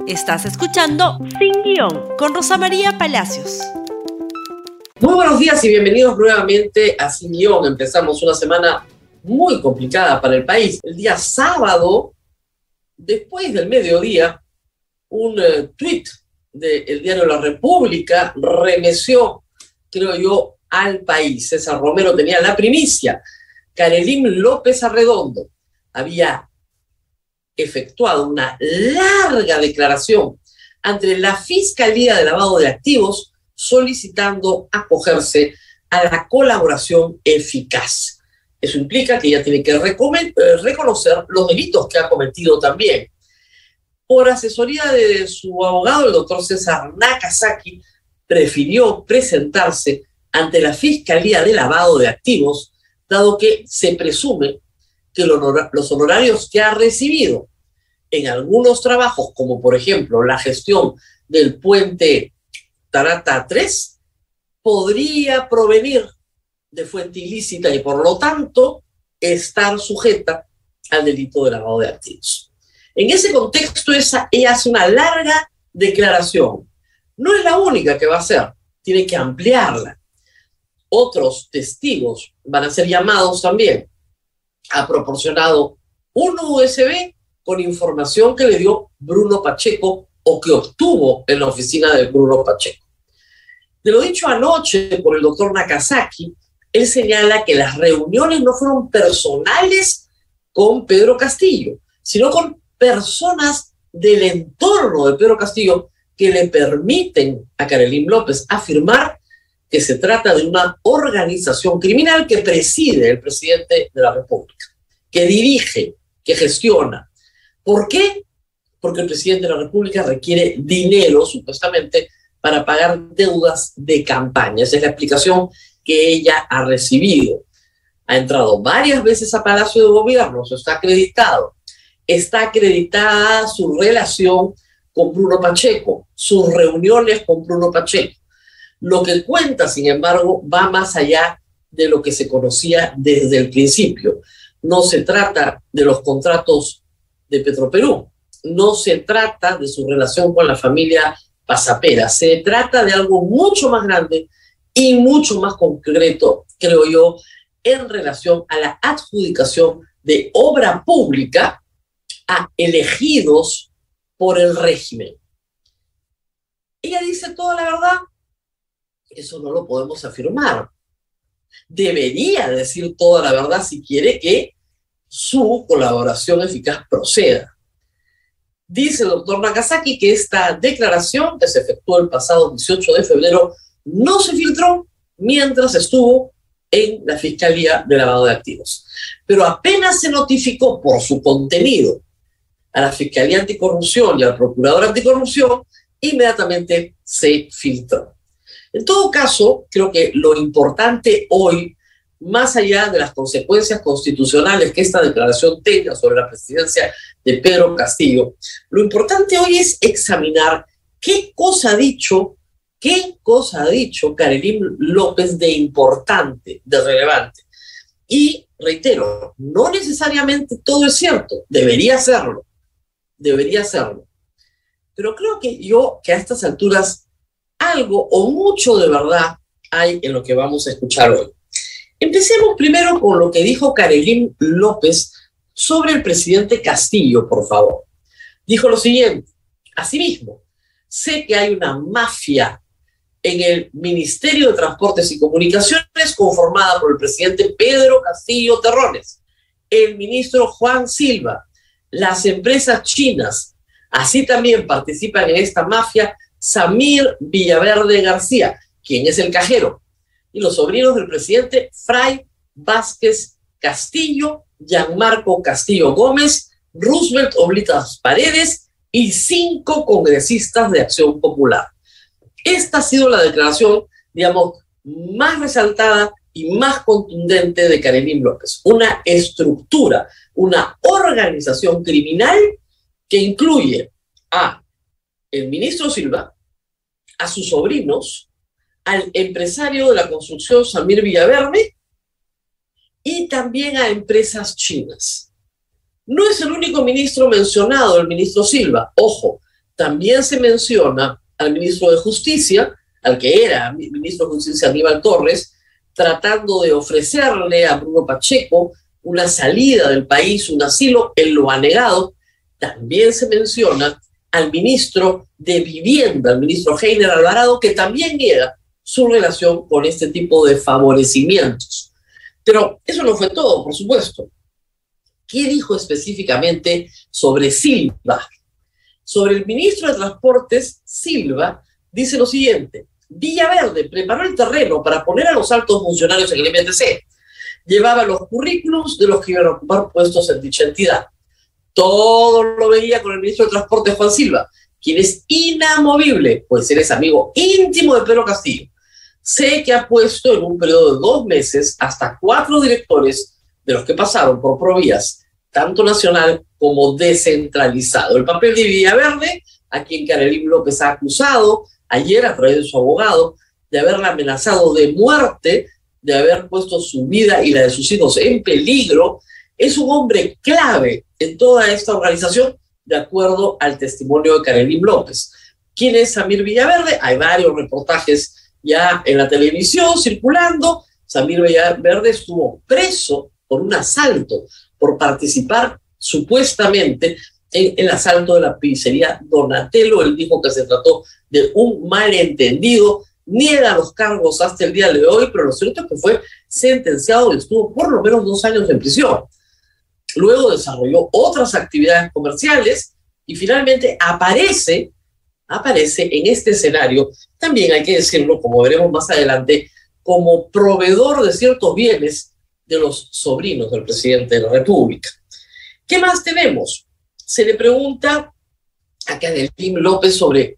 Estás escuchando Sin Guión con Rosa María Palacios. Muy buenos días y bienvenidos nuevamente a Sin Guión. Empezamos una semana muy complicada para el país. El día sábado, después del mediodía, un tuit del diario La República remeció, creo yo, al país. César Romero tenía la primicia. Karelim López Arredondo había efectuado una larga declaración ante la Fiscalía de Lavado de Activos solicitando acogerse a la colaboración eficaz. Eso implica que ella tiene que reconocer los delitos que ha cometido también. Por asesoría de su abogado, el doctor César Nakazaki, prefirió presentarse ante la Fiscalía de Lavado de Activos, dado que se presume que los honorarios que ha recibido en algunos trabajos, como por ejemplo la gestión del puente Tarata 3, podría provenir de fuente ilícita y por lo tanto estar sujeta al delito de lavado de activos. En ese contexto, ella hace una larga declaración. No es la única que va a hacer, tiene que ampliarla. Otros testigos van a ser llamados también. Ha proporcionado un USB con información que le dio Bruno Pacheco o que obtuvo en la oficina de Bruno Pacheco. De lo dicho anoche por el doctor Nakazaki, él señala que las reuniones no fueron personales con Pedro Castillo, sino con personas del entorno de Pedro Castillo que le permiten a Karelim López afirmar que se trata de una organización criminal que preside el presidente de la República, que dirige, que gestiona. ¿Por qué? Porque el presidente de la República requiere dinero, supuestamente, para pagar deudas de campaña. Esa es la explicación que ella ha recibido. Ha entrado varias veces a Palacio de Gobierno, eso está acreditado. Está acreditada su relación con Bruno Pacheco, sus reuniones con Bruno Pacheco. Lo que cuenta, sin embargo, va más allá de lo que se conocía desde el principio. No se trata de los contratos de Petroperú, no se trata de su relación con la familia Pasapera, se trata de algo mucho más grande y mucho más concreto, creo yo, en relación a la adjudicación de obra pública a elegidos por el régimen. Ella dice toda la verdad. Eso no lo podemos afirmar. Debería decir toda la verdad si quiere que su colaboración eficaz proceda. Dice el doctor Nakazaki que esta declaración que se efectuó el pasado 18 de febrero no se filtró mientras estuvo en la Fiscalía de Lavado de Activos. Pero apenas se notificó por su contenido a la Fiscalía Anticorrupción y al Procurador Anticorrupción, inmediatamente se filtró. En todo caso, creo que lo importante hoy, más allá de las consecuencias constitucionales que esta declaración tenga sobre la presidencia de Pedro Castillo, lo importante hoy es examinar qué cosa ha dicho Karelim López de importante, de relevante. Y reitero, no necesariamente todo es cierto, debería serlo. Pero creo que a estas alturas algo o mucho de verdad hay en lo que vamos a escuchar hoy. Empecemos primero con lo que dijo Karelim López sobre el presidente Castillo, por favor. Dijo lo siguiente: asimismo, sé que hay una mafia en el Ministerio de Transportes y Comunicaciones conformada por el presidente Pedro Castillo Terrones, el ministro Juan Silva, las empresas chinas. Así también participan en esta mafia Samir Villaverde García, quien es el cajero, y los sobrinos del presidente Fray Vázquez Castillo, Gianmarco Castillo Gómez, Roosevelt Oblitas Paredes y 5 congresistas de Acción Popular. Esta ha sido la declaración, digamos, más resaltada y más contundente de Karelim López. Una estructura, una organización criminal que incluye a el ministro Silva, a sus sobrinos, al empresario de la construcción Samir Villaverde y también a empresas chinas. No es el único ministro mencionado, el ministro Silva. Ojo, También se menciona al ministro de Justicia, al que era ministro de Justicia Aníbal Torres, tratando de ofrecerle a Bruno Pacheco una salida del país, un asilo. Él lo ha negado. También se menciona al ministro de Vivienda, al ministro Heiner Alvarado, que también niega su relación con este tipo de favorecimientos. Pero eso no fue todo, por supuesto. ¿Qué dijo específicamente sobre Silva? Sobre el ministro de Transportes, Silva, dice lo siguiente: Villaverde preparó el terreno para poner a los altos funcionarios en el MTC. Llevaba los currículos de los que iban a ocupar puestos en dicha entidad. Todo lo veía con el ministro de Transportes, Juan Silva, quien es inamovible, pues él es amigo íntimo de Pedro Castillo. Sé que ha puesto en un periodo de 2 meses hasta 4 directores de los que pasaron por Provías, tanto nacional como descentralizado. El papel de Villaverde, a quien Karelyn López ha acusado ayer a través de su abogado de haberla amenazado de muerte, de haber puesto su vida y la de sus hijos en peligro, es un hombre clave en toda esta organización, de acuerdo al testimonio de Karelyn López. ¿Quién es Samir Villaverde? Hay varios reportajes ya en la televisión circulando. Samir Villaverde estuvo preso por un asalto, por participar supuestamente en el asalto de la pizzería Donatello. Él dijo que se trató de un malentendido, niega los cargos hasta el día de hoy, pero lo cierto es que fue sentenciado y estuvo por lo menos 2 años en prisión. Luego desarrolló otras actividades comerciales y finalmente aparece en este escenario, también hay que decirlo, como veremos más adelante, como proveedor de ciertos bienes de los sobrinos del presidente de la República. ¿Qué más tenemos? Se le pregunta a Karelyn López sobre,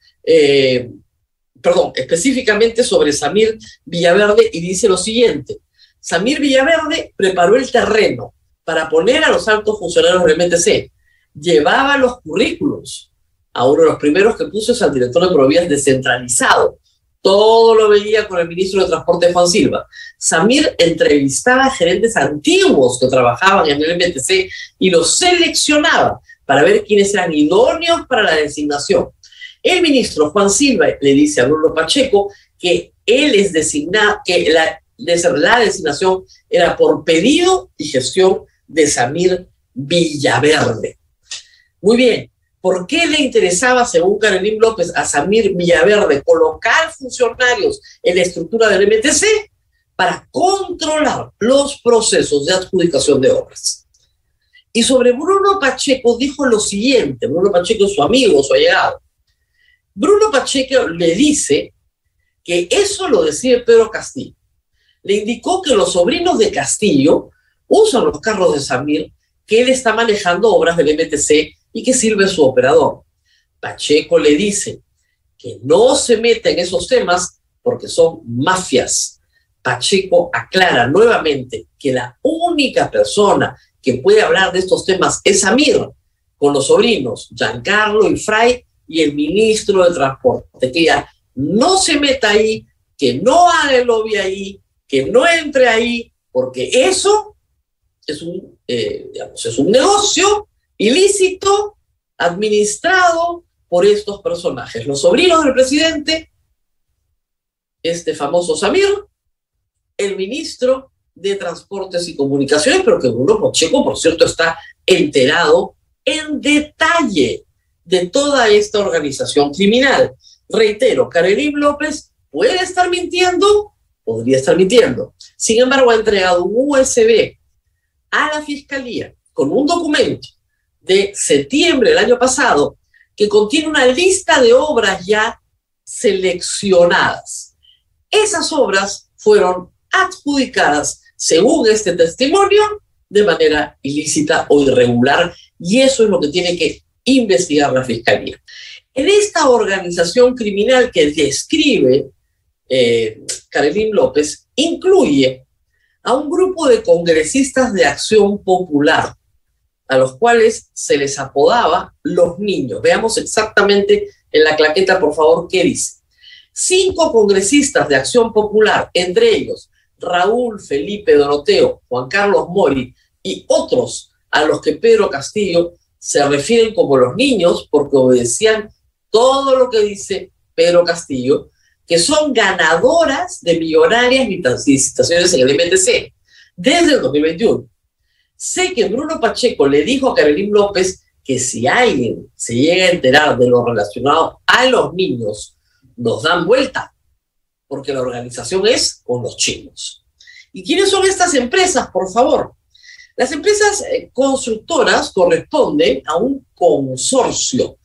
específicamente sobre Samir Villaverde, y dice lo siguiente: Samir Villaverde preparó el terreno para poner a los altos funcionarios del MTC. Llevaba los currículos. A uno de los primeros que puso es al director de Provías descentralizado. Todo lo veía con el ministro de Transporte, Juan Silva. Samir entrevistaba a gerentes antiguos que trabajaban en el MTC y los seleccionaba para ver quiénes eran idóneos para la designación. El ministro Juan Silva le dice a Bruno Pacheco que él es designado, que la designación era por pedido y gestión de Samir Villaverde. Muy bien. ¿Por qué le interesaba, según Karelyn López, a Samir Villaverde colocar funcionarios en la estructura del MTC? Para controlar los procesos de adjudicación de obras. Y sobre Bruno Pacheco dijo lo siguiente. Bruno Pacheco es su amigo, su allegado. Bruno Pacheco le dice que eso lo decide Pedro Castillo. Le indicó que los sobrinos de Castillo usan los carros de Samir, que él está manejando obras del MTC y que sirve su operador. Pacheco le dice que no se meta en esos temas porque son mafias. Pacheco aclara nuevamente que la única persona que puede hablar de estos temas es Samir, con los sobrinos Giancarlo y Fray y el ministro de Transporte, que ya no se meta ahí, que no haga el lobby ahí, que no entre ahí, porque eso es un negocio ilícito administrado por estos personajes, los sobrinos del presidente, este famoso Samir, el ministro de Transportes y Comunicaciones, pero que Bruno Pacheco, por cierto, está enterado en detalle de toda esta organización criminal. Reitero, Karelyn López puede estar mintiendo, podría estar mintiendo. Sin embargo, ha entregado un USB a la Fiscalía con un documento de septiembre del año pasado que contiene una lista de obras ya seleccionadas. Esas obras fueron adjudicadas, según este testimonio, de manera ilícita o irregular, y eso es lo que tiene que investigar la Fiscalía. En esta organización criminal que describe Karelyn López, incluye a un grupo de congresistas de Acción Popular, a los cuales se les apodaba los niños. Veamos exactamente en la claqueta, por favor, qué dice. 5 congresistas de Acción Popular, entre ellos Raúl Felipe Doroteo, Juan Carlos Mori y otros a los que Pedro Castillo se refieren como los niños porque obedecían todo lo que dice Pedro Castillo, que son ganadoras de millonarias licitaciones en el MTC desde el 2021. Sé que Bruno Pacheco le dijo a Karelyn López que si alguien se llega a enterar de lo relacionado a los niños, nos dan vuelta, porque la organización es con los chinos. ¿Y quiénes son estas empresas, por favor? Las empresas constructoras corresponden a un consorcio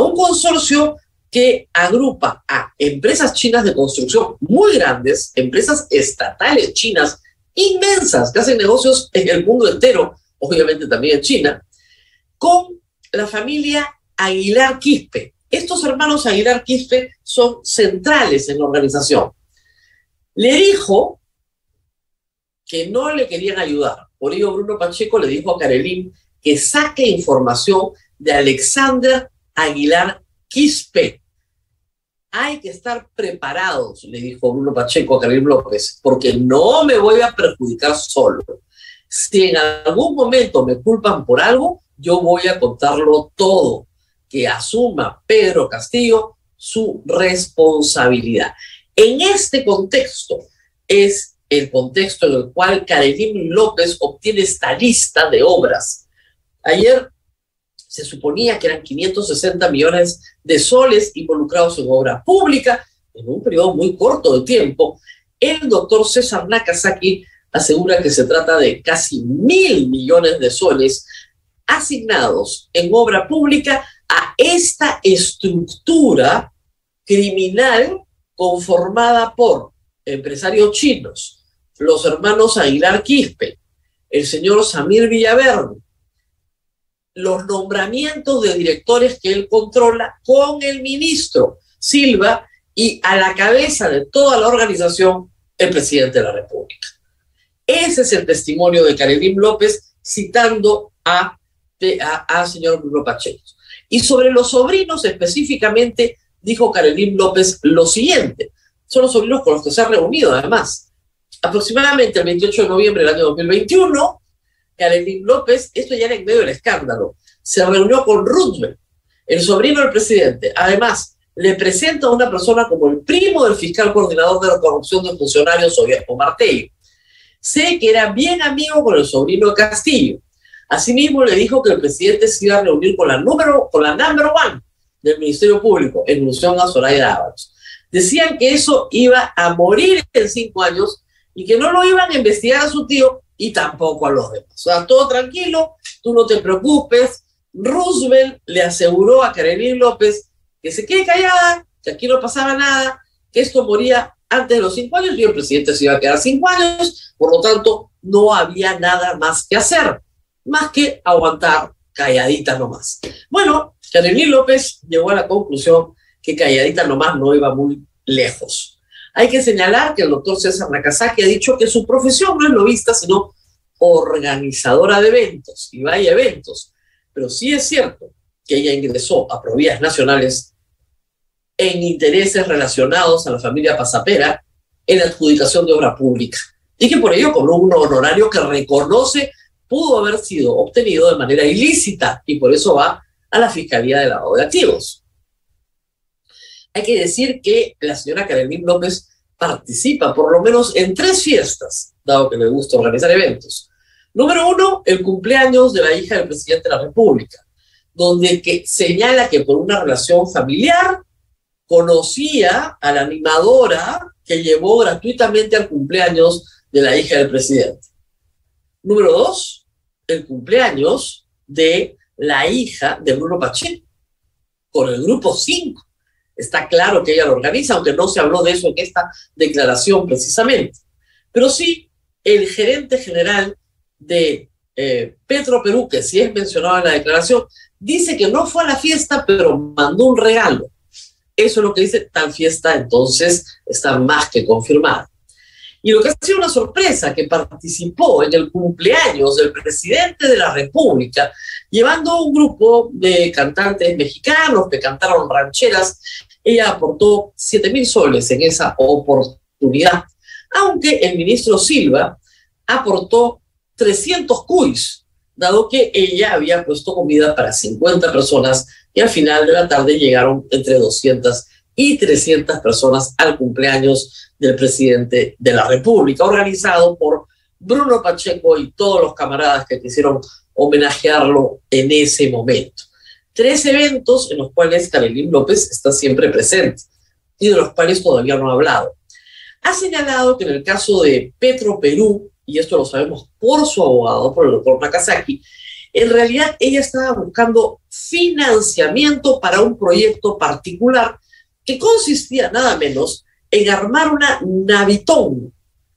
que agrupa a empresas chinas de construcción muy grandes, empresas estatales chinas inmensas que hacen negocios en el mundo entero, obviamente también en China, con la familia Aguilar Quispe. Estos hermanos Aguilar Quispe son centrales en la organización. Le dijo que no le querían ayudar. Por ello, Bruno Pacheco le dijo a Karelyn que saque información de Alexander Aguilar Quispe. Hay que estar preparados, le dijo Bruno Pacheco a Karelyn López, porque no me voy a perjudicar solo. Si en algún momento me culpan por algo, yo voy a contarlo todo. Que asuma Pedro Castillo su responsabilidad. En este contexto es el contexto en el cual Karelyn López obtiene esta lista de obras. Ayer se suponía que eran 560 millones de soles involucrados en obra pública en un periodo muy corto de tiempo. El doctor César Nakazaki asegura que se trata de casi 1.000 millones de soles asignados en obra pública a esta estructura criminal conformada por empresarios chinos, los hermanos Aguilar Quispe, el señor Samir Villaverde, los nombramientos de directores que él controla con el ministro Silva y a la cabeza de toda la organización el presidente de la República. Ese es el testimonio de Karelyn López citando al señor Bruno Pacheco. Y sobre los sobrinos específicamente dijo Karelyn López lo siguiente. Son los sobrinos con los que se ha reunido además. Aproximadamente el 28 de noviembre del año 2021, Karelyn López, esto ya era en medio del escándalo, se reunió con Roosevelt, el sobrino del presidente. Además, le presenta a una persona como el primo del fiscal coordinador de la corrupción de funcionarios, Omar Tello. Sé que era bien amigo con el sobrino de Castillo. Asimismo, le dijo que el presidente se iba a reunir con la number one del Ministerio Público, en alusión a Zoraida Ábalos. Decían que eso iba a morir en 5 años y que no lo iban a investigar a su tío y tampoco a los demás. O sea, todo tranquilo, tú no te preocupes. Roosevelt le aseguró a Karelyn López que se quede callada, que aquí no pasaba nada, que esto moría antes de los 5 años y el presidente se iba a quedar 5 años, por lo tanto, no había nada más que hacer, más que aguantar calladita nomás. Bueno, Karelyn López llegó a la conclusión que calladita nomás no iba muy lejos. Hay que señalar que el doctor César Nakazaki ha dicho que su profesión no es lobista, sino organizadora de eventos, y vaya eventos. Pero sí es cierto que ella ingresó a Provías Nacionales en intereses relacionados a la familia Pasapera en la adjudicación de obra pública, y que por ello cobró un honorario que reconoce pudo haber sido obtenido de manera ilícita, y por eso va a la Fiscalía de Lavado de Activos. Hay que decir que la señora Karelyn López participa por lo menos en 3 fiestas, dado que le gusta organizar eventos. Número 1, el cumpleaños de la hija del presidente de la República, donde señala que por una relación familiar conocía a la animadora que llevó gratuitamente al cumpleaños de la hija del presidente. Número 2, el cumpleaños de la hija de Bruno Pacheco, con el grupo 5. Está claro que ella lo organiza, aunque no se habló de eso en esta declaración precisamente. Pero sí, el gerente general de Petroperú, que sí es mencionado en la declaración, dice que no fue a la fiesta, pero mandó un regalo. Eso es lo que dice tal fiesta, entonces está más que confirmada. Y lo que ha sido una sorpresa, que participó en el cumpleaños del presidente de la República, llevando un grupo de cantantes mexicanos que cantaron rancheras. Ella aportó 7,000 soles en esa oportunidad, aunque el ministro Silva aportó 300 cuys, dado que ella había puesto comida para 50 personas y al final de la tarde llegaron entre 200 y 300 personas al cumpleaños del presidente de la República, organizado por Bruno Pacheco y todos los camaradas que quisieron homenajearlo en ese momento. 3 eventos en los cuales Karenín López está siempre presente y de los cuales todavía no ha hablado. Ha señalado que en el caso de Petroperú, y esto lo sabemos por su abogado, por el doctor Nakazaki, en realidad ella estaba buscando financiamiento para un proyecto particular que consistía nada menos en armar una Navitón,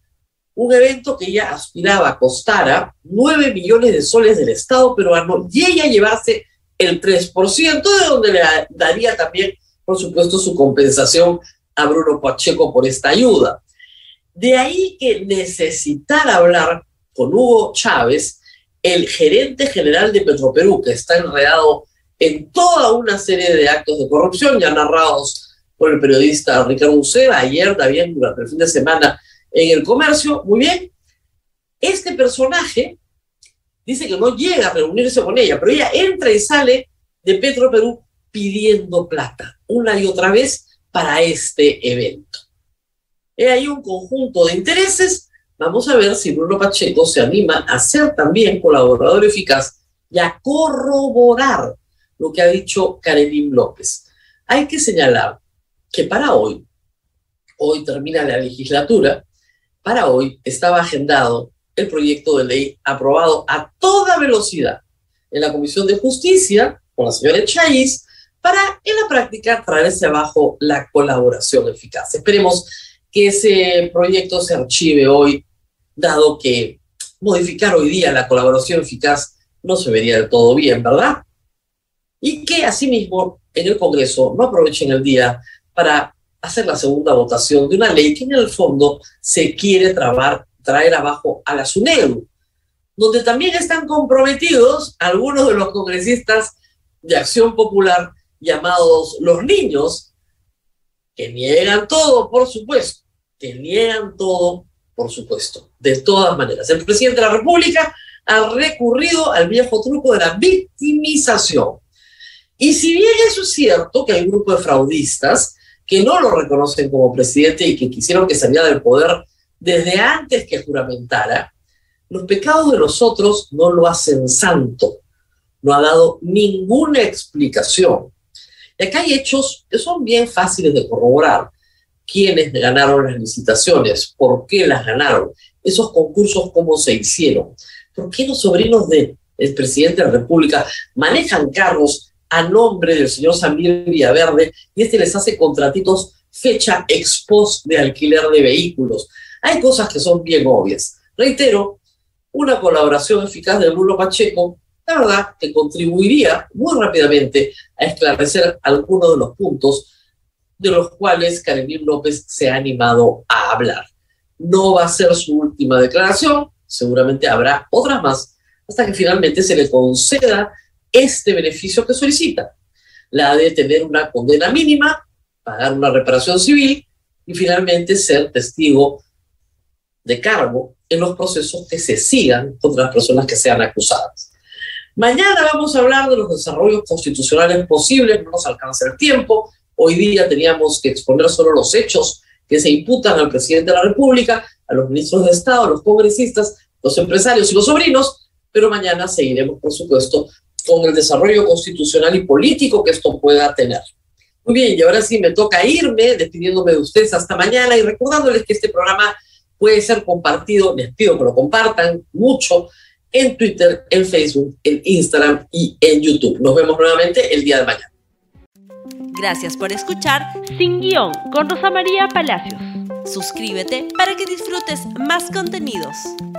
un evento que ella aspiraba a costara 9 millones de soles del Estado peruano y ella llevarse el 3%, de donde le daría también, por supuesto, su compensación a Bruno Pacheco por esta ayuda. De ahí que necesitar hablar con Hugo Chávez, el gerente general de Petroperú, que está enredado en toda una serie de actos de corrupción ya narrados por el periodista Ricardo Uceda ayer, también durante el fin de semana en El Comercio. Muy bien, este personaje dice que no llega a reunirse con ella, pero ella entra y sale de Petroperú pidiendo plata una y otra vez para este evento. Hay un conjunto de intereses. Vamos a ver si Bruno Pacheco se anima a ser también colaborador eficaz y a corroborar lo que ha dicho Karenín López. Hay que señalar que para hoy termina la legislatura, para hoy estaba agendado el proyecto de ley aprobado a toda velocidad en la Comisión de Justicia con la señora Chaiz para en la práctica traerse abajo la colaboración eficaz. Esperemos que ese proyecto se archive hoy, dado que modificar hoy día la colaboración eficaz no se vería del todo bien, ¿verdad? Y que asimismo en el Congreso no aprovechen el día para hacer la segunda votación de una ley que en el fondo se quiere traer abajo a la SUNEDU, donde también están comprometidos algunos de los congresistas de Acción Popular llamados los niños, que niegan todo, por supuesto, de todas maneras. El presidente de la República ha recurrido al viejo truco de la victimización. Y si bien eso es cierto que hay un grupo de fraudistas que no lo reconocen como presidente y que quisieron que saliera del poder desde antes que juramentara, los pecados de los otros no lo hacen santo. No ha dado ninguna explicación. Y acá hay hechos que son bien fáciles de corroborar. ¿Quiénes ganaron las licitaciones? ¿Por qué las ganaron? Esos concursos, ¿cómo se hicieron? ¿Por qué los sobrinos del presidente de la República manejan carros a nombre del señor Samir Villaverde y les hace contratitos fecha ex post de alquiler de vehículos? Hay cosas que son bien obvias. Reitero, una colaboración eficaz de Bruno Pacheco, la verdad que contribuiría muy rápidamente a esclarecer algunos de los puntos de los cuales Karenín López se ha animado a hablar. No va a ser su última declaración, seguramente habrá otras más, hasta que finalmente se le conceda este beneficio que solicita, la de tener una condena mínima, pagar una reparación civil y finalmente ser testigo de cargo en los procesos que se sigan contra las personas que sean acusadas. Mañana vamos a hablar de los desarrollos constitucionales posibles, no nos alcanza el tiempo. Hoy día teníamos que exponer solo los hechos que se imputan al presidente de la República, a los ministros de Estado, a los congresistas, los empresarios y los sobrinos, pero mañana seguiremos, por supuesto, con el desarrollo constitucional y político que esto pueda tener. Muy bien, y ahora sí me toca irme, despidiéndome de ustedes hasta mañana y recordándoles que este programa puede ser compartido, les pido que lo compartan mucho, en Twitter, en Facebook, en Instagram y en YouTube. Nos vemos nuevamente el día de mañana. Gracias por escuchar Sin Guión con Rosa María Palacios. Suscríbete para que disfrutes más contenidos.